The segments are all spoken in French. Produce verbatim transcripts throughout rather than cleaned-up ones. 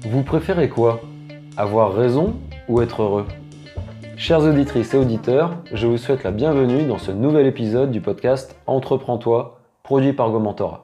Vous préférez quoi? Avoir raison ou être heureux? Chères auditrices et auditeurs, je vous souhaite la bienvenue dans ce nouvel épisode du podcast Entreprends-toi, produit par Gomentora.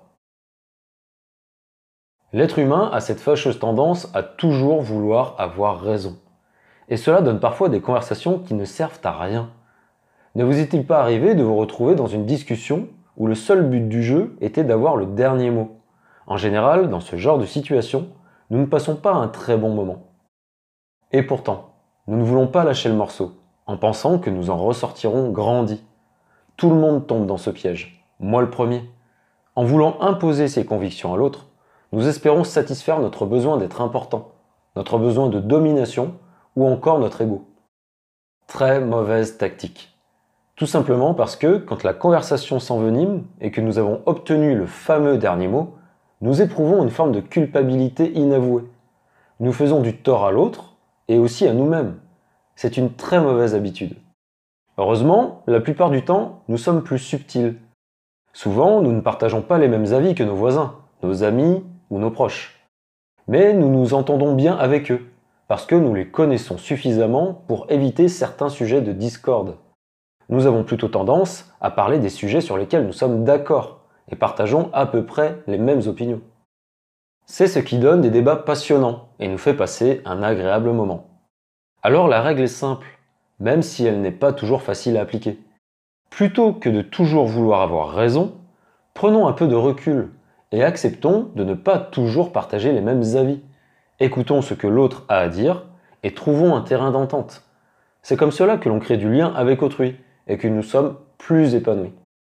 L'être humain a cette fâcheuse tendance à toujours vouloir avoir raison. Et cela donne parfois des conversations qui ne servent à rien. Ne vous est-il pas arrivé de vous retrouver dans une discussion où le seul but du jeu était d'avoir le dernier mot? En général, dans ce genre de situation, nous ne passons pas un très bon moment. Et pourtant, nous ne voulons pas lâcher le morceau, en pensant que nous en ressortirons grandis. Tout le monde tombe dans ce piège, moi le premier. En voulant imposer ses convictions à l'autre, nous espérons satisfaire notre besoin d'être important, notre besoin de domination ou encore notre ego. Très mauvaise tactique. Tout simplement parce que quand la conversation s'envenime et que nous avons obtenu le fameux dernier mot, nous éprouvons une forme de culpabilité inavouée. Nous faisons du tort à l'autre et aussi à nous-mêmes. C'est une très mauvaise habitude. Heureusement, la plupart du temps, nous sommes plus subtils. Souvent, nous ne partageons pas les mêmes avis que nos voisins, nos amis ou nos proches. Mais nous nous entendons bien avec eux, parce que nous les connaissons suffisamment pour éviter certains sujets de discorde. Nous avons plutôt tendance à parler des sujets sur lesquels nous sommes d'accord et partageons à peu près les mêmes opinions. C'est ce qui donne des débats passionnants et nous fait passer un agréable moment. Alors la règle est simple, même si elle n'est pas toujours facile à appliquer. Plutôt que de toujours vouloir avoir raison, prenons un peu de recul et acceptons de ne pas toujours partager les mêmes avis. Écoutons ce que l'autre a à dire et trouvons un terrain d'entente. C'est comme cela que l'on crée du lien avec autrui et que nous sommes plus épanouis.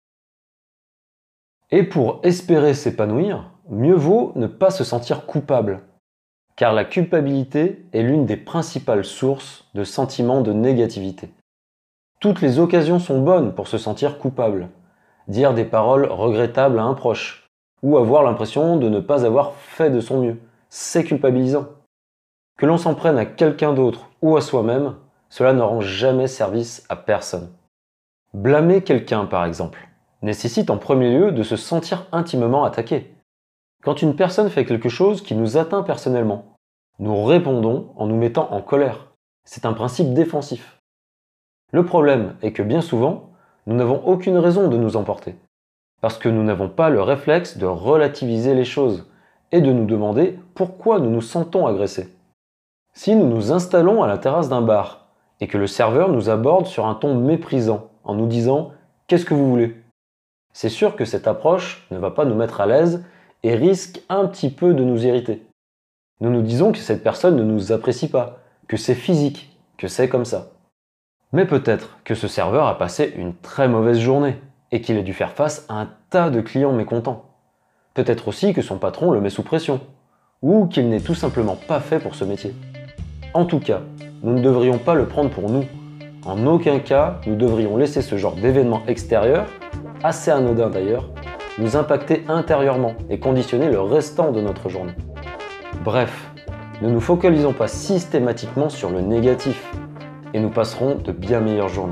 Et pour espérer s'épanouir, mieux vaut ne pas se sentir coupable, car la culpabilité est l'une des principales sources de sentiments de négativité. Toutes les occasions sont bonnes pour se sentir coupable, dire des paroles regrettables à un proche, ou avoir l'impression de ne pas avoir fait de son mieux, c'est culpabilisant. Que l'on s'en prenne à quelqu'un d'autre ou à soi-même, cela ne rend jamais service à personne. Blâmer quelqu'un par exemple nécessite en premier lieu de se sentir intimement attaqué. Quand une personne fait quelque chose qui nous atteint personnellement, nous répondons en nous mettant en colère. C'est un principe défensif. Le problème est que bien souvent, nous n'avons aucune raison de nous emporter, parce que nous n'avons pas le réflexe de relativiser les choses et de nous demander pourquoi nous nous sentons agressés. Si nous nous installons à la terrasse d'un bar et que le serveur nous aborde sur un ton méprisant en nous disant « Qu'est-ce que vous voulez ?» c'est sûr que cette approche ne va pas nous mettre à l'aise et risque un petit peu de nous irriter. Nous nous disons que cette personne ne nous apprécie pas, que c'est physique, que c'est comme ça. Mais peut-être que ce serveur a passé une très mauvaise journée et qu'il a dû faire face à un tas de clients mécontents. Peut-être aussi que son patron le met sous pression, ou qu'il n'est tout simplement pas fait pour ce métier. En tout cas, nous ne devrions pas le prendre pour nous. En aucun cas, nous devrions laisser ce genre d'événement extérieur, assez anodin d'ailleurs, nous impacter intérieurement et conditionner le restant de notre journée. Bref, ne nous focalisons pas systématiquement sur le négatif et nous passerons de bien meilleures journées.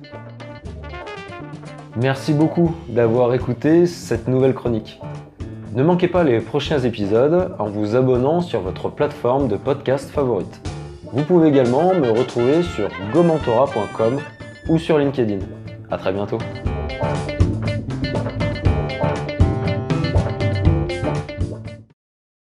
Merci beaucoup d'avoir écouté cette nouvelle chronique. Ne manquez pas les prochains épisodes en vous abonnant sur votre plateforme de podcast favorite. Vous pouvez également me retrouver sur gomentora point com ou sur LinkedIn. À très bientôt.